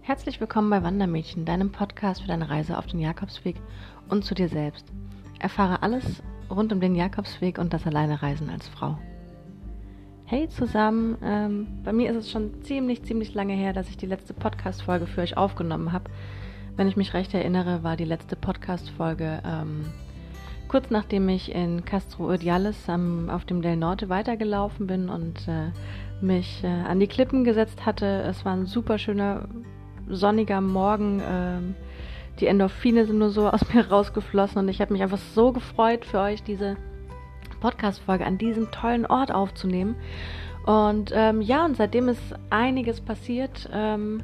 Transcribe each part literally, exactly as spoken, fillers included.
Herzlich willkommen bei Wandermädchen, deinem Podcast für deine Reise auf den Jakobsweg und zu dir selbst. Erfahre alles rund um den Jakobsweg und das Alleinereisen als Frau. Hey zusammen, ähm, bei mir ist es schon ziemlich, ziemlich lange her, dass ich die letzte Podcast-Folge für euch aufgenommen habe. Wenn ich mich recht erinnere, war die letzte Podcast-Folge ähm, kurz nachdem ich in Castro Urdiales am, auf dem Del Norte weitergelaufen bin und äh, mich äh, an die Klippen gesetzt hatte. Es war ein super schöner, sonniger Morgen. Ähm, die Endorphine sind nur so aus mir rausgeflossen und ich habe mich einfach so gefreut, für euch diese Podcast-Folge an diesem tollen Ort aufzunehmen. Und ähm, ja, und seitdem ist einiges passiert. Ähm,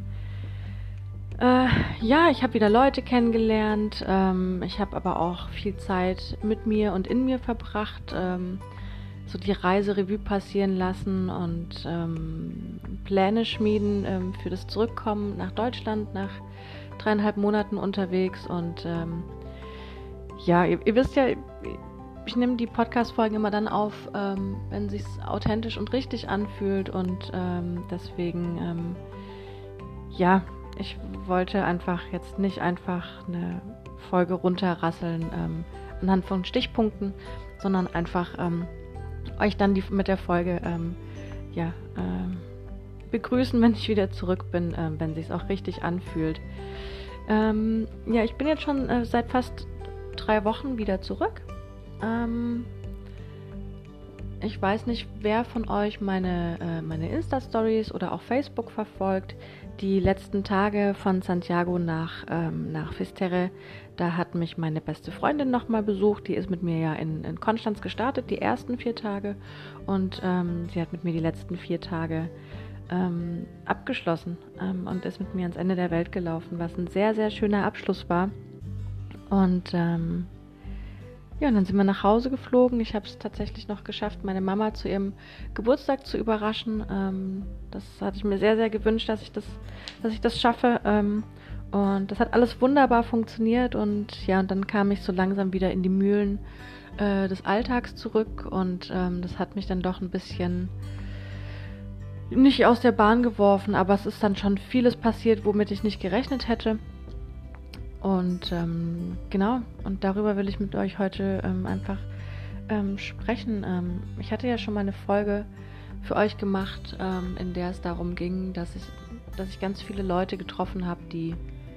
Äh, ja, ich habe wieder Leute kennengelernt, ähm, ich habe aber auch viel Zeit mit mir und in mir verbracht, ähm, so die Reiserevue passieren lassen und ähm, Pläne schmieden ähm, für das Zurückkommen nach Deutschland, nach dreieinhalb Monaten unterwegs und ähm, ja, ihr, ihr wisst ja, ich nehme die Podcast-Folgen immer dann auf, ähm, wenn es sich authentisch und richtig anfühlt und ähm, deswegen, ähm, ja, ich wollte einfach jetzt nicht einfach eine Folge runterrasseln ähm, anhand von Stichpunkten, sondern einfach ähm, euch dann die, mit der Folge ähm, ja, ähm, begrüßen, wenn ich wieder zurück bin, ähm, wenn es sich auch richtig anfühlt. Ähm, ja, ich bin jetzt schon äh, seit fast drei Wochen wieder zurück. Ähm, Ich weiß nicht, wer von euch meine, äh, meine Insta-Stories oder auch Facebook verfolgt. Die letzten Tage von Santiago nach, ähm, nach Fisterre, da hat mich meine beste Freundin nochmal besucht. Die ist mit mir ja in, in Konstanz gestartet, die ersten vier Tage. Und ähm, sie hat mit mir die letzten vier Tage ähm, abgeschlossen ähm, und ist mit mir ans Ende der Welt gelaufen, was ein sehr, sehr schöner Abschluss war. Und ähm, Ja, und dann sind wir nach Hause geflogen. Ich habe es tatsächlich noch geschafft, meine Mama zu ihrem Geburtstag zu überraschen. Ähm, das hatte ich mir sehr, sehr gewünscht, dass ich das, dass ich das schaffe. Ähm, und das hat alles wunderbar funktioniert. Und ja, und dann kam ich so langsam wieder in die Mühlen äh, des Alltags zurück. Und ähm, das hat mich dann doch ein bisschen nicht aus der Bahn geworfen. Aber es ist dann schon vieles passiert, womit ich nicht gerechnet hätte. Und ähm, genau, und darüber will ich mit euch heute ähm, einfach ähm, sprechen. Ähm, ich hatte ja schon mal eine Folge für euch gemacht, ähm, in der es darum ging, dass ich, dass ich ganz viele Leute getroffen habe, die,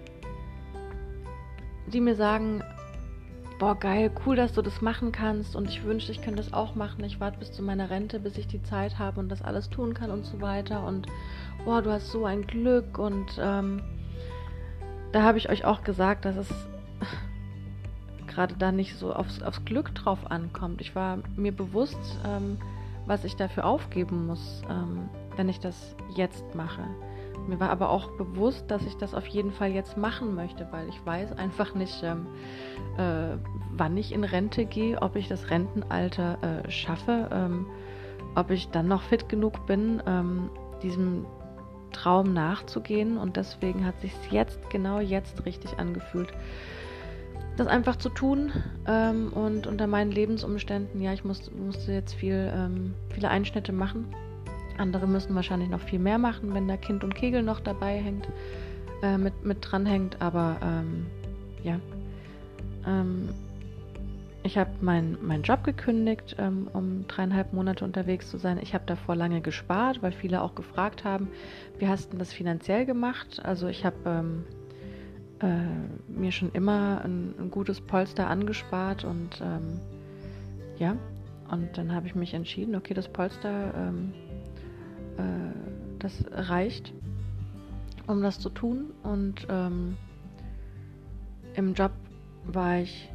die mir sagen, boah geil, cool, dass du das machen kannst und ich wünschte, ich könnte das auch machen. Ich warte bis zu meiner Rente, bis ich die Zeit habe und das alles tun kann und so weiter. Und boah, du hast so ein Glück und ähm, da habe ich euch auch gesagt, dass es gerade da nicht so aufs, aufs Glück drauf ankommt. Ich war mir bewusst, ähm, was ich dafür aufgeben muss, ähm, wenn ich das jetzt mache. Mir war aber auch bewusst, dass ich das auf jeden Fall jetzt machen möchte, weil ich weiß einfach nicht, ähm, äh, wann ich in Rente gehe, ob ich das Rentenalter äh, schaffe, ähm, ob ich dann noch fit genug bin, ähm, diesem Traum nachzugehen, und deswegen hat sich jetzt, genau jetzt richtig angefühlt, das einfach zu tun ähm, und unter meinen Lebensumständen, ja, ich muss, musste jetzt viel, ähm, viele Einschnitte machen. Andere müssen wahrscheinlich noch viel mehr machen, wenn da Kind und Kegel noch dabei hängt, äh, mit, mit dran hängt, aber ähm, ja, ähm, ich habe meinen mein Job gekündigt, ähm, um dreieinhalb Monate unterwegs zu sein. Ich habe davor lange gespart, weil viele auch gefragt haben, wie hast du das finanziell gemacht? Also ich habe ähm, äh, mir schon immer ein, ein gutes Polster angespart und ähm, ja, und dann habe ich mich entschieden, okay, das Polster, ähm, äh, das reicht, um das zu tun. Und ähm, im Job war ich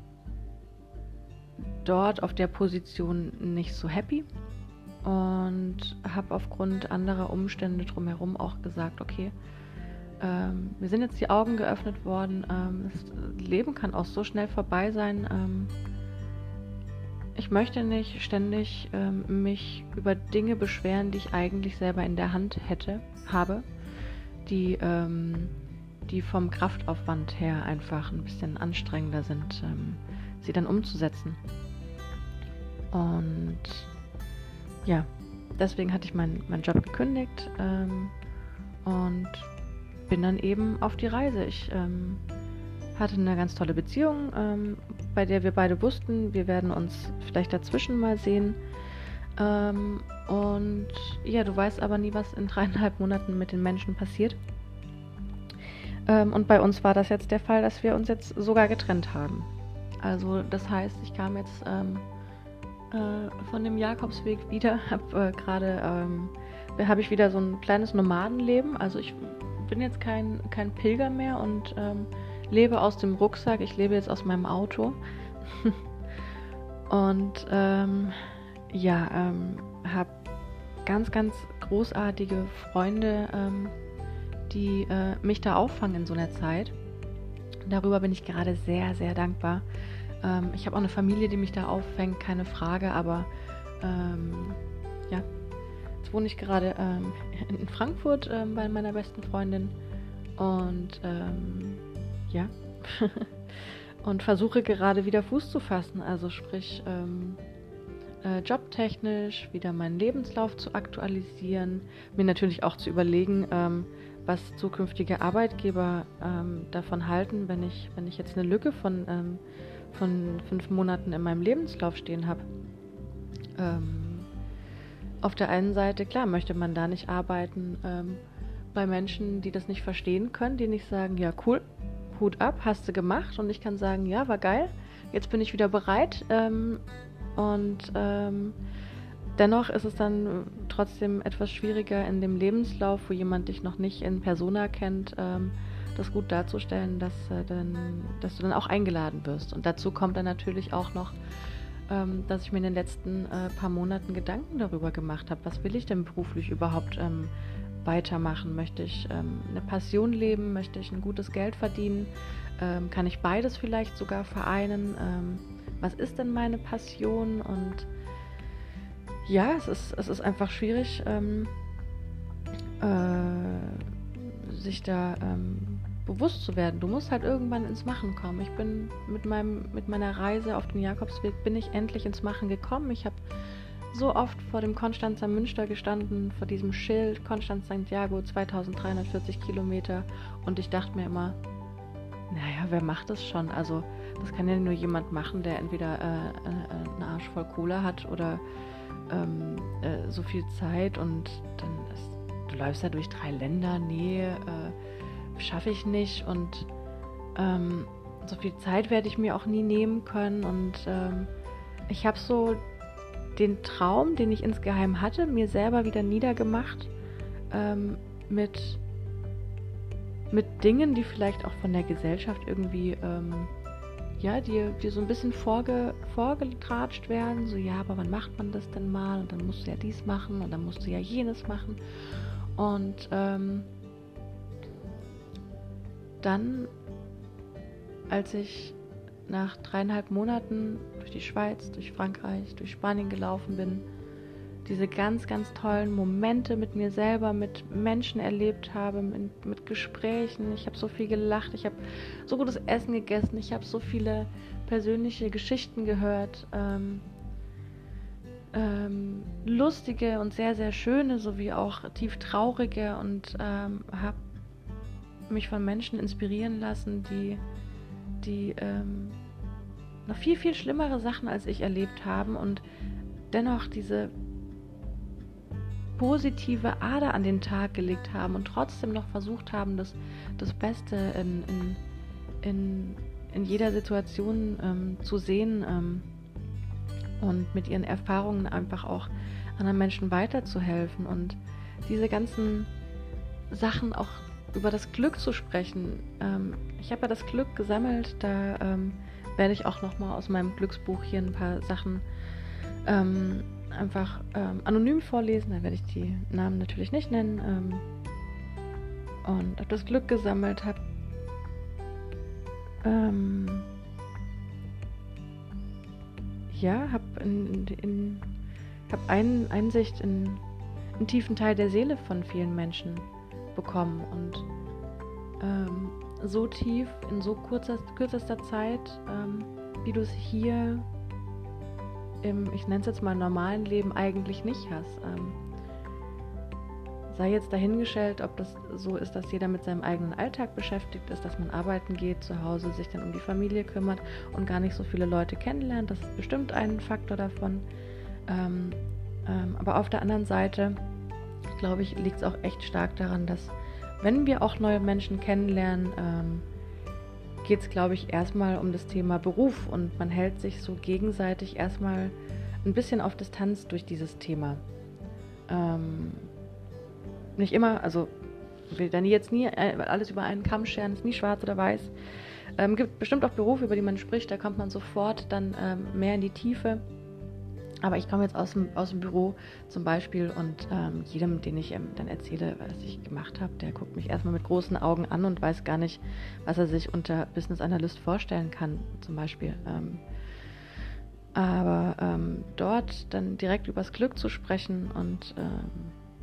dort auf der Position nicht so happy und habe aufgrund anderer Umstände drumherum auch gesagt, okay, ähm, mir sind jetzt die Augen geöffnet worden, ähm, das Leben kann auch so schnell vorbei sein, ähm, ich möchte nicht ständig ähm, mich über Dinge beschweren, die ich eigentlich selber in der Hand hätte, habe, die, ähm, die vom Kraftaufwand her einfach ein bisschen anstrengender sind, ähm, sie dann umzusetzen. Und ja, deswegen hatte ich meinen mein Job gekündigt ähm, und bin dann eben auf die Reise. Ich ähm, hatte eine ganz tolle Beziehung, ähm, bei der wir beide wussten, wir werden uns vielleicht dazwischen mal sehen. Ähm, und ja, du weißt aber nie, was in dreieinhalb Monaten mit den Menschen passiert. Ähm, und bei uns war das jetzt der Fall, dass wir uns jetzt sogar getrennt haben. Also das heißt, ich kam jetzt ähm, äh, von dem Jakobsweg wieder, habe äh, gerade ähm, habe ich wieder so ein kleines Nomadenleben. Also ich bin jetzt kein, kein Pilger mehr und ähm, lebe aus dem Rucksack. Ich lebe jetzt aus meinem Auto. und ähm, ja, ähm, habe ganz, ganz großartige Freunde, ähm, die äh, mich da auffangen in so einer Zeit. Darüber bin ich gerade sehr, sehr dankbar. Ähm, ich habe auch eine Familie, die mich da auffängt, keine Frage, aber ähm, ja, jetzt wohne ich gerade ähm, in Frankfurt ähm, bei meiner besten Freundin und ähm, ja, und versuche gerade wieder Fuß zu fassen, also sprich ähm, äh, jobtechnisch wieder meinen Lebenslauf zu aktualisieren, mir natürlich auch zu überlegen, ähm, was zukünftige Arbeitgeber ähm, davon halten, wenn ich, wenn ich jetzt eine Lücke von, ähm, von fünf Monaten in meinem Lebenslauf stehen habe. Ähm, auf der einen Seite, klar, möchte man da nicht arbeiten ähm, bei Menschen, die das nicht verstehen können, die nicht sagen, ja cool, Hut ab, hast du gemacht, und ich kann sagen, ja, war geil, jetzt bin ich wieder bereit ähm, und ähm, dennoch ist es dann trotzdem etwas schwieriger in dem Lebenslauf, wo jemand dich noch nicht in Persona kennt, ähm, das gut darzustellen, dass, äh, dann, dass du dann auch eingeladen wirst. Und dazu kommt dann natürlich auch noch, ähm, dass ich mir in den letzten äh, paar Monaten Gedanken darüber gemacht habe, was will ich denn beruflich überhaupt ähm, weitermachen? Möchte ich ähm, eine Passion leben? Möchte ich ein gutes Geld verdienen? Ähm, kann ich beides vielleicht sogar vereinen? Ähm, was ist denn meine Passion? Und ja, es ist, es ist einfach schwierig, ähm, äh, sich da ähm, bewusst zu werden. Du musst halt irgendwann ins Machen kommen. Ich bin mit meinem, mit meiner Reise auf den Jakobsweg bin ich endlich ins Machen gekommen. Ich habe so oft vor dem Konstanzer Münster gestanden, vor diesem Schild Konstanz Santiago, zweitausenddreihundertvierzig Kilometer, und ich dachte mir immer, naja, wer macht das schon? Also das kann ja nur jemand machen, der entweder äh, äh, einen Arsch voll Kohle hat oder ähm, äh, so viel Zeit, und dann ist, du läufst ja durch drei Länder, nee, äh, schaffe ich nicht, und ähm, so viel Zeit werde ich mir auch nie nehmen können, und ähm, ich habe so den Traum, den ich insgeheim hatte, mir selber wieder niedergemacht ähm, mit, mit Dingen, die vielleicht auch von der Gesellschaft irgendwie ähm, ja, dir, dir so ein bisschen vorge, vorgetratscht werden, so ja, aber wann macht man das denn mal, und dann musst du ja dies machen und dann musst du ja jenes machen, und ähm, dann, als ich nach dreieinhalb Monaten durch die Schweiz, durch Frankreich, durch Spanien gelaufen bin, diese ganz, ganz tollen Momente mit mir selber, mit Menschen erlebt habe, mit, mit Gesprächen. Ich habe so viel gelacht, ich habe so gutes Essen gegessen, ich habe so viele persönliche Geschichten gehört, ähm, ähm, lustige und sehr, sehr schöne, sowie auch tief traurige, und ähm, habe mich von Menschen inspirieren lassen, die die ähm, noch viel, viel schlimmere Sachen als ich erlebt haben und dennoch diese positive Ader an den Tag gelegt haben und trotzdem noch versucht haben, das, das Beste in, in, in, in jeder Situation ähm, zu sehen ähm, und mit ihren Erfahrungen einfach auch anderen Menschen weiterzuhelfen, und diese ganzen Sachen auch über das Glück zu sprechen. Ähm, ich habe ja das Glück gesammelt, da ähm, werde ich auch nochmal aus meinem Glücksbuch hier ein paar Sachen ähm, einfach ähm, anonym vorlesen, da werde ich die Namen natürlich nicht nennen. Ähm, und habe das Glück gesammelt, habe ähm, ja, habe in, in, in, hab ein, Einsicht in einen tiefen Teil der Seele von vielen Menschen bekommen, und ähm, so tief in so kurzer, kürzester Zeit, ähm, wie du es hier im, ich nenne es jetzt mal normalen Leben eigentlich nicht hast. Ähm, sei jetzt dahingestellt, ob das so ist, dass jeder mit seinem eigenen Alltag beschäftigt ist, dass man arbeiten geht, zu Hause sich dann um die Familie kümmert und gar nicht so viele Leute kennenlernt. Das ist bestimmt ein Faktor davon. Ähm, ähm, aber auf der anderen Seite, glaube ich, liegt es auch echt stark daran, dass wenn wir auch neue Menschen kennenlernen, ähm, geht es, glaube ich, erstmal um das Thema Beruf und man hält sich so gegenseitig erstmal ein bisschen auf Distanz durch dieses Thema. Ähm, nicht immer, also will dann jetzt nie alles über einen Kamm scheren, ist nie schwarz oder weiß. Ähm, gibt bestimmt auch Berufe, über die man spricht, da kommt man sofort dann ähm, mehr in die Tiefe. Aber ich komme jetzt aus dem, aus dem Büro zum Beispiel und ähm, jedem, den ich ähm, dann erzähle, was ich gemacht habe, der guckt mich erstmal mit großen Augen an und weiß gar nicht, was er sich unter Business Analyst vorstellen kann, zum Beispiel. Ähm, aber ähm, dort dann direkt übers Glück zu sprechen und ähm,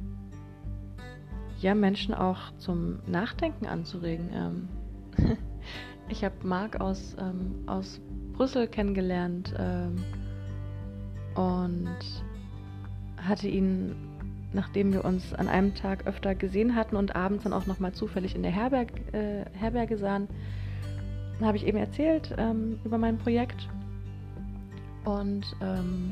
ja, Menschen auch zum Nachdenken anzuregen. Ähm, ich habe Marc aus, ähm, aus Brüssel kennengelernt, ähm, und hatte ihn, nachdem wir uns an einem Tag öfter gesehen hatten und abends dann auch nochmal zufällig in der Herberg, äh, Herberge sahen, habe ich eben erzählt ähm, über mein Projekt und ähm,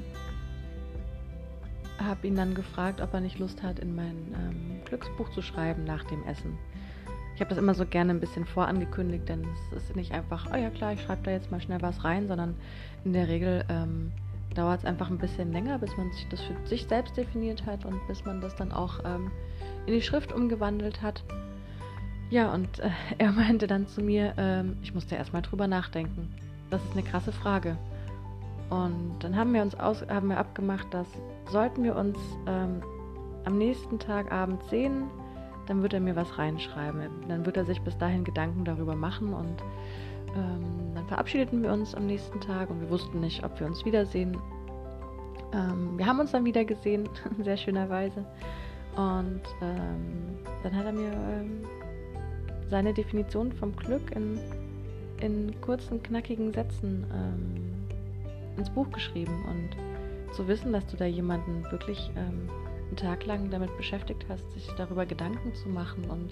habe ihn dann gefragt, ob er nicht Lust hat, in mein ähm, Glücksbuch zu schreiben nach dem Essen. Ich habe das immer so gerne ein bisschen vorangekündigt, denn es ist nicht einfach, oh ja klar, ich schreibe da jetzt mal schnell was rein, sondern in der Regel ähm, dauert es einfach ein bisschen länger, bis man sich das für sich selbst definiert hat und bis man das dann auch ähm, in die Schrift umgewandelt hat. Ja, und äh, er meinte dann zu mir, ähm, ich musste erstmal drüber nachdenken. Das ist eine krasse Frage. Und dann haben wir uns aus, haben wir abgemacht, dass sollten wir uns ähm, am nächsten Tag abends sehen, dann wird er mir was reinschreiben. Dann wird er sich bis dahin Gedanken darüber machen und Ähm, dann verabschiedeten wir uns am nächsten Tag und wir wussten nicht, ob wir uns wiedersehen. Ähm, wir haben uns dann wieder gesehen, sehr schönerweise. Und ähm, dann hat er mir ähm, seine Definition vom Glück in, in kurzen, knackigen Sätzen ähm, ins Buch geschrieben. Und zu wissen, dass du da jemanden wirklich ähm, einen Tag lang damit beschäftigt hast, sich darüber Gedanken zu machen und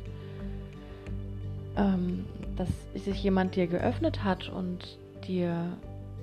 Ähm, dass sich jemand dir geöffnet hat und dir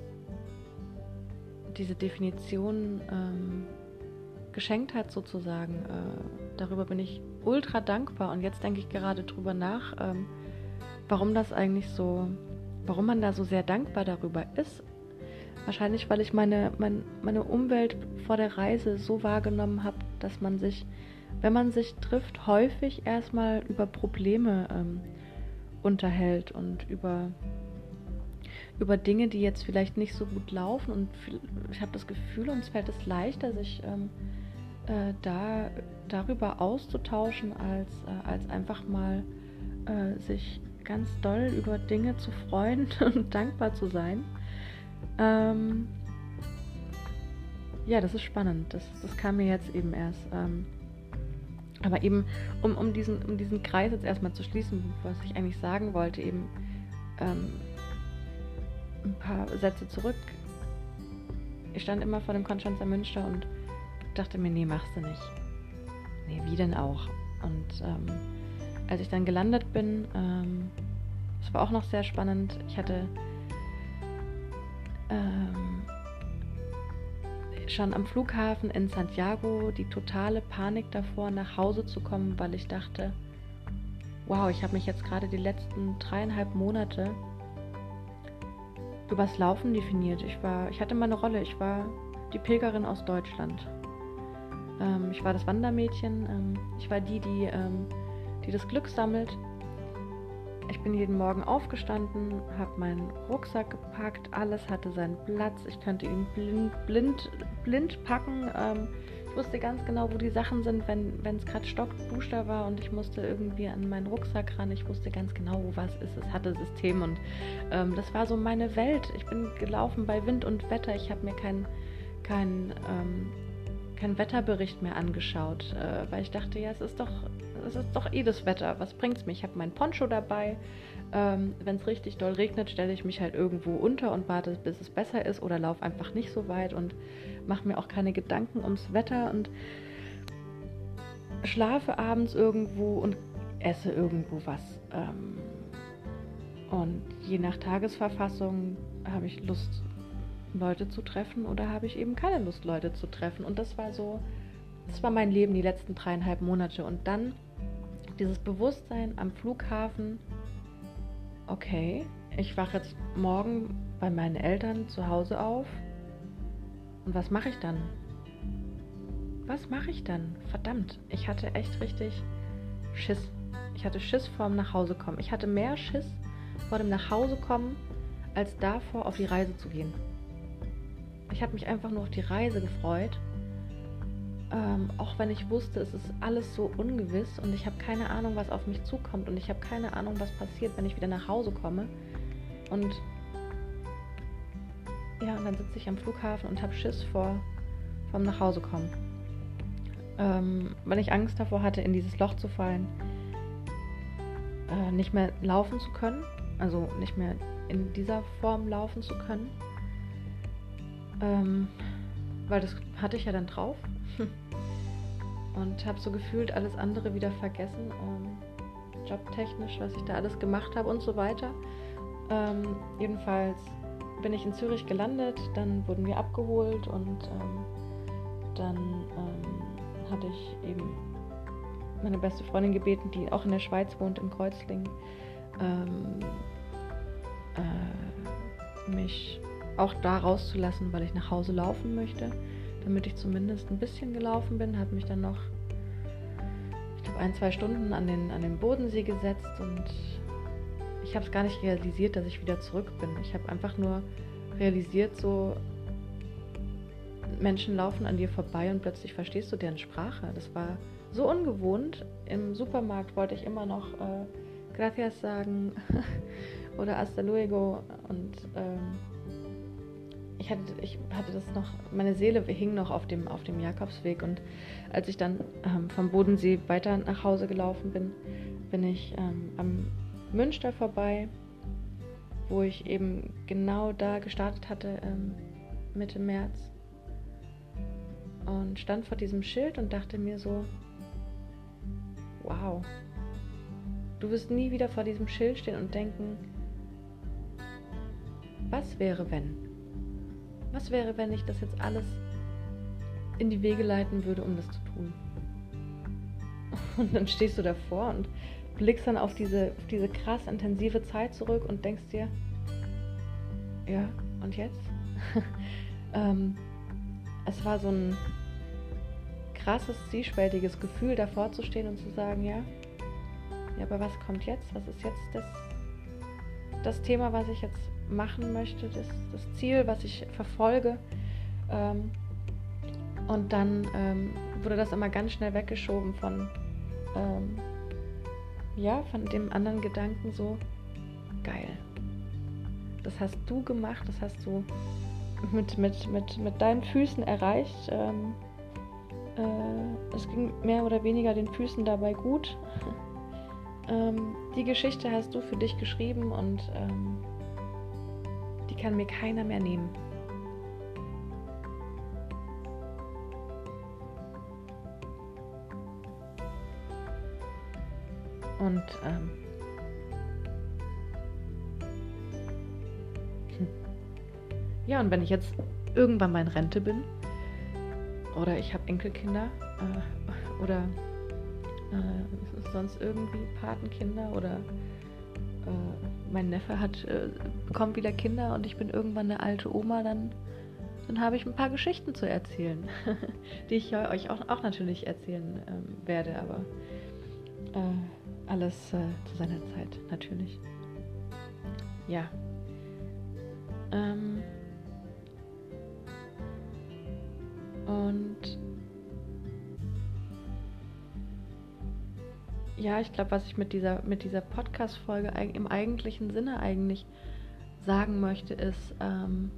diese Definition ähm, geschenkt hat sozusagen. Äh, darüber bin ich ultra dankbar und jetzt denke ich gerade drüber nach, ähm, warum das eigentlich so, warum man da so sehr dankbar darüber ist. Wahrscheinlich, weil ich meine, mein, meine Umwelt vor der Reise so wahrgenommen habe, dass man sich, wenn man sich trifft, häufig erstmal über Probleme ähm, unterhält und über, über Dinge, die jetzt vielleicht nicht so gut laufen und ich habe das Gefühl, uns fällt es leichter, sich ähm, äh, da, darüber auszutauschen, als, äh, als einfach mal äh, sich ganz doll über Dinge zu freuen und dankbar zu sein. Ähm, ja, das ist spannend. Das, das kam mir jetzt eben erst. Ähm, Aber eben, um, um, diesen, um diesen Kreis jetzt erstmal zu schließen, was ich eigentlich sagen wollte, eben ähm, ein paar Sätze zurück. Ich stand immer vor dem Konstanzer Münster und dachte mir, nee, machst du nicht. Nee, wie denn auch? Und ähm, als ich dann gelandet bin, ähm, das war auch noch sehr spannend. Ich hatte ähm, schon am Flughafen in Santiago die totale Panik davor, nach Hause zu kommen, weil ich dachte, wow, ich habe mich jetzt gerade die letzten dreieinhalb Monate übers Laufen definiert. Ich war, ich hatte meine Rolle, ich war die Pilgerin aus Deutschland. Ähm, ich war das Wandermädchen, ähm, ich war die, die, ähm, die das Glück sammelt. Ich bin jeden Morgen aufgestanden, habe meinen Rucksack gepackt, alles hatte seinen Platz, ich könnte ihn blind, blind, blind packen. Ähm, ich wusste ganz genau, wo die Sachen sind, wenn es gerade stockduster war und ich musste irgendwie an meinen Rucksack ran. Ich wusste ganz genau, wo was ist. Es hatte System und ähm, das war so meine Welt. Ich bin gelaufen bei Wind und Wetter. Ich habe mir keinen kein, ähm, kein Wetterbericht mehr angeschaut, äh, weil ich dachte, ja, es ist doch es ist doch eh das Wetter, was bringt's mir? Ich habe meinen Poncho dabei, ähm, wenn es richtig doll regnet, stelle ich mich halt irgendwo unter und warte, bis es besser ist oder laufe einfach nicht so weit und mache mir auch keine Gedanken ums Wetter und schlafe abends irgendwo und esse irgendwo was. Ähm, und je nach Tagesverfassung habe ich Lust, Leute zu treffen oder habe ich eben keine Lust, Leute zu treffen. Und das war so, das war mein Leben die letzten dreieinhalb Monate. Und dann dieses Bewusstsein am Flughafen, okay, ich wache jetzt morgen bei meinen Eltern zu Hause auf und was mache ich dann? Was mache ich dann? Verdammt, ich hatte echt richtig Schiss. Ich hatte Schiss vor dem Nachhausekommen. Ich hatte mehr Schiss vor dem Nachhausekommen, als davor auf die Reise zu gehen. Ich habe mich einfach nur auf die Reise gefreut, ähm, auch wenn ich wusste, es ist alles so ungewiss und ich habe keine Ahnung, was auf mich zukommt und ich habe keine Ahnung, was passiert, wenn ich wieder nach Hause komme. Und ja, und dann sitze ich am Flughafen und habe Schiss vor vom Nachhausekommen. Ähm, weil ich Angst davor hatte, in dieses Loch zu fallen, äh, nicht mehr laufen zu können, also nicht mehr in dieser Form laufen zu können, ähm, weil das hatte ich ja dann drauf und habe so gefühlt alles andere wieder vergessen, ähm, jobtechnisch, was ich da alles gemacht habe und so weiter. Ähm, jedenfalls bin ich in Zürich gelandet, dann wurden wir abgeholt und ähm, dann ähm, hatte ich eben meine beste Freundin gebeten, die auch in der Schweiz wohnt, in Kreuzlingen, ähm, äh, mich auch da rauszulassen, weil ich nach Hause laufen möchte, damit ich zumindest ein bisschen gelaufen bin, habe mich dann noch, ich glaube, ein, zwei Stunden an den, an den Bodensee gesetzt und ich habe es gar nicht realisiert, dass ich wieder zurück bin. Ich habe einfach nur realisiert, so Menschen laufen an dir vorbei und plötzlich verstehst du deren Sprache. Das war so ungewohnt. Im Supermarkt wollte ich immer noch äh, Gracias sagen oder Hasta luego und ähm, ich hatte, ich hatte das noch, meine Seele hing noch auf dem, auf dem Jakobsweg und als ich dann ähm, vom Bodensee weiter nach Hause gelaufen bin, bin ich ähm, am Münster vorbei, wo ich eben genau da gestartet hatte, ähm, Mitte März. Und stand vor diesem Schild und dachte mir so, wow, du wirst nie wieder vor diesem Schild stehen und denken, was wäre wenn? Was wäre, wenn ich das jetzt alles in die Wege leiten würde, um das zu tun? Und dann stehst du davor und blickst dann auf diese, auf diese krass intensive Zeit zurück und denkst dir, ja, und jetzt? ähm, es war so ein krasses, zwiespältiges Gefühl, davor zu stehen und zu sagen, ja, ja, aber was kommt jetzt? Was ist jetzt das, das Thema, was ich jetzt machen möchte, das, das Ziel, was ich verfolge? Ähm, und dann ähm, wurde das immer ganz schnell weggeschoben von, ähm, ja, von dem anderen Gedanken so, geil. Das hast du gemacht, das hast du mit, mit, mit, mit deinen Füßen erreicht. Ähm, äh, es ging mehr oder weniger den Füßen dabei gut. ähm, die Geschichte hast du für dich geschrieben und ähm, die kann mir keiner mehr nehmen. Und ähm, ja, und wenn ich jetzt irgendwann mal in Rente bin oder ich habe Enkelkinder äh, oder äh, sonst irgendwie Patenkinder oder äh, mein Neffe hat äh, bekommt wieder Kinder und ich bin irgendwann eine alte Oma, dann, dann habe ich ein paar Geschichten zu erzählen, die ich euch auch, auch natürlich erzählen ähm, werde, aber äh, alles äh, zu seiner Zeit natürlich. Ja. Ähm, Und ja, ich glaube, was ich mit dieser, mit dieser Podcast-Folge im eigentlichen Sinne eigentlich sagen möchte, ist, ähm,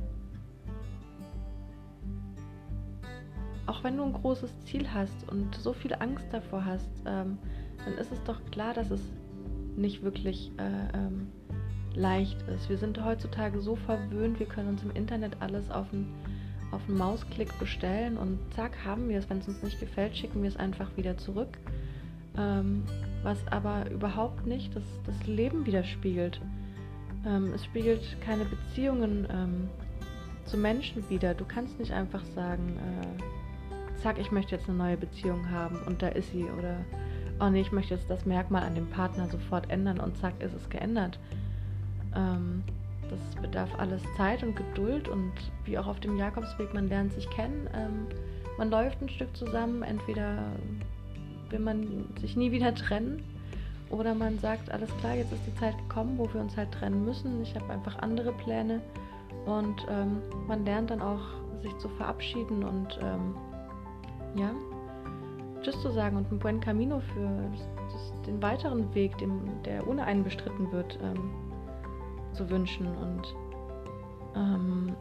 auch wenn du ein großes Ziel hast und so viel Angst davor hast, ähm, dann ist es doch klar, dass es nicht wirklich äh, ähm, leicht ist. Wir sind heutzutage so verwöhnt, wir können uns im Internet alles auf den auf einen Mausklick bestellen und zack, haben wir es. Wenn es uns nicht gefällt, schicken wir es einfach wieder zurück. Ähm, was aber überhaupt nicht das, das Leben widerspiegelt. Ähm, es spiegelt keine Beziehungen ähm, zu Menschen wider. Du kannst nicht einfach sagen, äh, zack, ich möchte jetzt eine neue Beziehung haben und da ist sie. Oder, oh nee, ich möchte jetzt das Merkmal an dem Partner sofort ändern und zack, ist es geändert. Ähm, das bedarf alles Zeit und Geduld und wie auch auf dem Jakobsweg, man lernt sich kennen. Ähm, man läuft ein Stück zusammen, entweder will man sich nie wieder trennen oder man sagt, alles klar, jetzt ist die Zeit gekommen, wo wir uns halt trennen müssen. Ich habe einfach andere Pläne und ähm, man lernt dann auch, sich zu verabschieden und ähm, ja, Tschüss zu sagen und ein Buen Camino für das, das, den weiteren Weg, dem, der ohne einen bestritten wird, ähm, zu wünschen und ähm,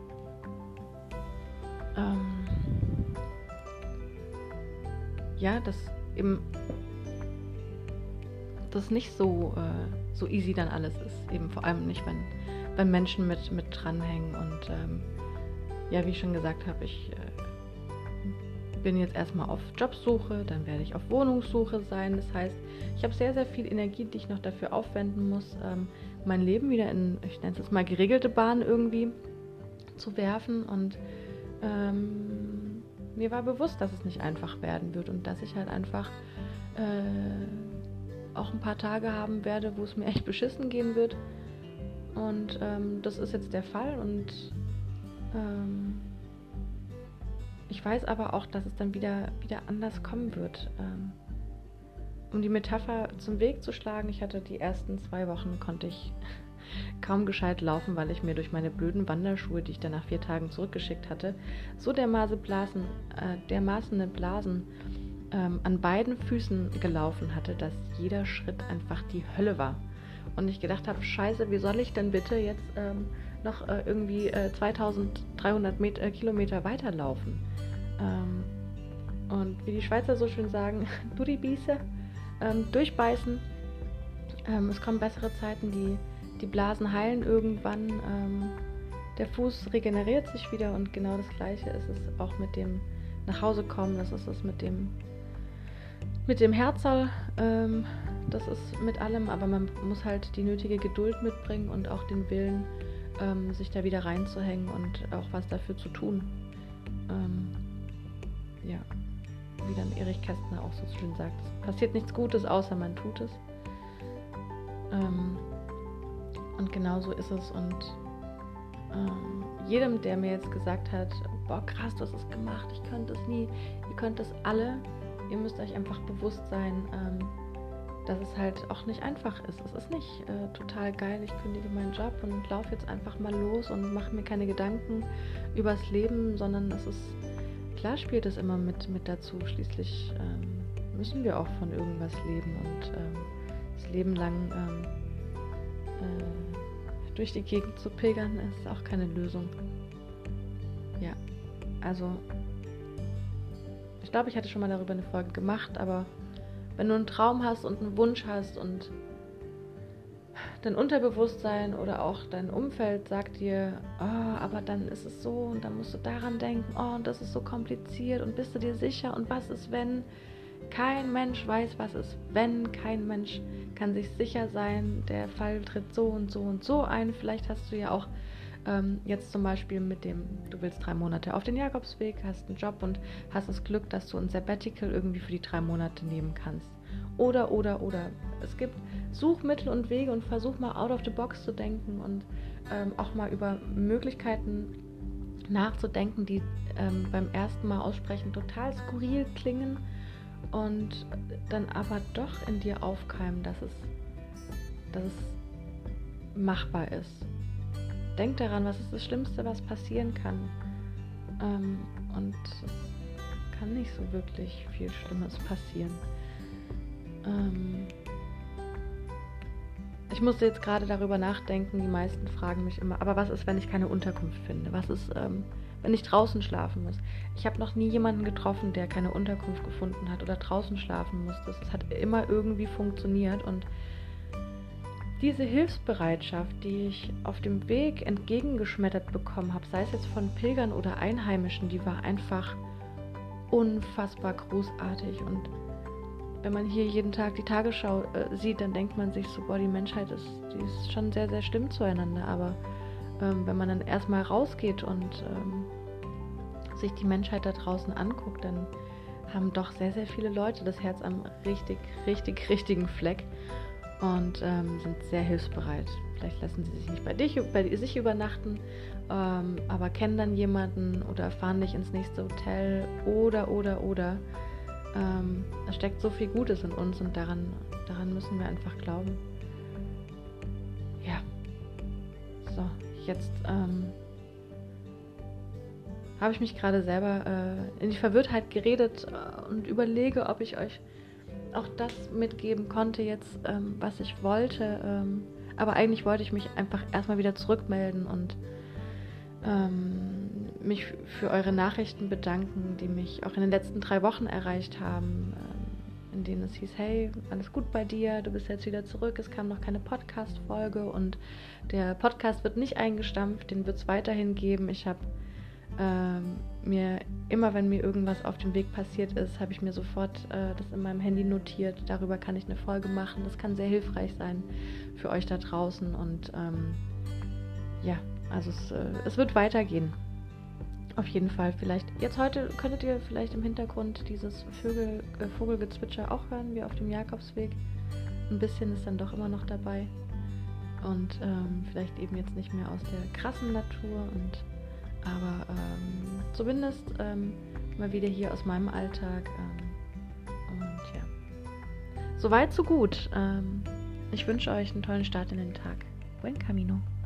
ähm, ja, dass eben das nicht so, äh, so easy dann alles ist, eben vor allem nicht, wenn, wenn Menschen mit, mit dranhängen und ähm, ja, wie ich schon gesagt habe, ich äh, bin jetzt erstmal auf Jobsuche, dann werde ich auf Wohnungssuche sein, das heißt, ich habe sehr, sehr viel Energie, die ich noch dafür aufwenden muss, ähm, mein Leben wieder in, ich nenne es jetzt mal geregelte Bahn irgendwie zu werfen und ähm, mir war bewusst, dass es nicht einfach werden wird und dass ich halt einfach äh, auch ein paar Tage haben werde, wo es mir echt beschissen gehen wird. Und ähm, das ist jetzt der Fall und ähm, ich weiß aber auch, dass es dann wieder, wieder anders kommen wird. Ähm, um die Metapher zum Weg zu schlagen, ich hatte die ersten zwei Wochen, konnte ich kaum gescheit laufen, weil ich mir durch meine blöden Wanderschuhe, die ich dann nach vier Tagen zurückgeschickt hatte, so dermaßen Blasen, äh, dermaßen Blasen ähm, an beiden Füßen gelaufen hatte, dass jeder Schritt einfach die Hölle war. Und ich gedacht habe, scheiße, wie soll ich denn bitte jetzt ähm, noch äh, irgendwie äh, zweitausenddreihundert Met- äh, Kilometer weiterlaufen? Ähm, und wie die Schweizer so schön sagen, du die Biese, ähm, durchbeißen. Ähm, es kommen bessere Zeiten, die Die Blasen heilen irgendwann, ähm, der Fuß regeneriert sich wieder und genau das Gleiche ist es auch mit dem nach Hause kommen, das ist es mit dem mit dem Herzl, ähm, das ist mit allem, aber man muss halt die nötige Geduld mitbringen und auch den Willen, ähm, sich da wieder reinzuhängen und auch was dafür zu tun. Ähm, ja, wie dann Erich Kästner auch so schön sagt, es passiert nichts Gutes, außer man tut es. Ähm, Und genau so ist es und ähm, jedem, der mir jetzt gesagt hat, boah krass, du hast es gemacht, ich könnte es nie, ihr könnt es alle, ihr müsst euch einfach bewusst sein, ähm, dass es halt auch nicht einfach ist. Es ist nicht äh, total geil, ich kündige meinen Job und laufe jetzt einfach mal los und mache mir keine Gedanken übers Leben, sondern es ist, klar spielt es immer mit, mit dazu, schließlich ähm, müssen wir auch von irgendwas leben und ähm, das Leben lang ähm, durch die Gegend zu pilgern, ist auch keine Lösung. Ja, also ich glaube, ich hatte schon mal darüber eine Folge gemacht, aber wenn du einen Traum hast und einen Wunsch hast und dein Unterbewusstsein oder auch dein Umfeld sagt dir, oh, aber dann ist es so und dann musst du daran denken, oh, und das ist so kompliziert und bist du dir sicher und was ist, wenn? Kein Mensch weiß, was ist, wenn. Kein Mensch kann sich sicher sein, der Fall tritt so und so und so ein. Vielleicht hast du ja auch ähm, jetzt zum Beispiel mit dem, du willst drei Monate auf den Jakobsweg, hast einen Job und hast das Glück, dass du ein Sabbatical irgendwie für die drei Monate nehmen kannst. Oder, oder, oder. Es gibt Suchmittel und Wege und versuch mal out of the box zu denken und ähm, auch mal über Möglichkeiten nachzudenken, die ähm, beim ersten Mal aussprechen total skurril klingen und dann aber doch in dir aufkeimen, dass es, dass es machbar ist. Denk daran, was ist das Schlimmste, was passieren kann. Ähm, und es kann nicht so wirklich viel Schlimmes passieren. Ähm, ich musste jetzt gerade darüber nachdenken, die meisten fragen mich immer, aber was ist, wenn ich keine Unterkunft finde? Was ist, ähm, wenn ich draußen schlafen muss? Ich habe noch nie jemanden getroffen, der keine Unterkunft gefunden hat oder draußen schlafen musste. Es hat immer irgendwie funktioniert und diese Hilfsbereitschaft, die ich auf dem Weg entgegengeschmettert bekommen habe, sei es jetzt von Pilgern oder Einheimischen, die war einfach unfassbar großartig. Und wenn man hier jeden Tag die Tagesschau äh, sieht, dann denkt man sich so, boah, die Menschheit ist, die ist schon sehr, sehr schlimm zueinander. Aber ähm, wenn man dann erstmal rausgeht und ähm, sich die Menschheit da draußen anguckt, dann haben doch sehr, sehr viele Leute das Herz am richtig, richtig, richtigen Fleck und ähm, sind sehr hilfsbereit. Vielleicht lassen sie sich nicht bei, dich, bei sich übernachten, ähm, aber kennen dann jemanden oder fahren dich ins nächste Hotel oder, oder, oder. Ähm, es steckt so viel Gutes in uns und daran, daran müssen wir einfach glauben. Ja, so, jetzt ähm, habe ich mich gerade selber äh, in die Verwirrtheit geredet äh, und überlege, ob ich euch auch das mitgeben konnte jetzt, ähm, was ich wollte. Ähm, aber eigentlich wollte ich mich einfach erstmal wieder zurückmelden und ähm, mich f- für eure Nachrichten bedanken, die mich auch in den letzten drei Wochen erreicht haben, ähm, in denen es hieß, hey, alles gut bei dir, du bist jetzt wieder zurück, es kam noch keine Podcast-Folge und der Podcast wird nicht eingestampft, den wird es weiterhin geben. Ich habe ähm, mir immer, wenn mir irgendwas auf dem Weg passiert ist, habe ich mir sofort äh, das in meinem Handy notiert. Darüber kann ich eine Folge machen. Das kann sehr hilfreich sein für euch da draußen. Und ähm, ja, also es, äh, es wird weitergehen. Auf jeden Fall. Vielleicht jetzt heute könntet ihr vielleicht im Hintergrund dieses Vögel, äh, Vogelgezwitscher auch hören, wie auf dem Jakobsweg. Ein bisschen ist dann doch immer noch dabei. Und ähm, vielleicht eben jetzt nicht mehr aus der krassen Natur und aber ähm, zumindest ähm, mal wieder hier aus meinem Alltag. Ähm, und ja, soweit so gut. Ähm, ich wünsche euch einen tollen Start in den Tag. Buen Camino.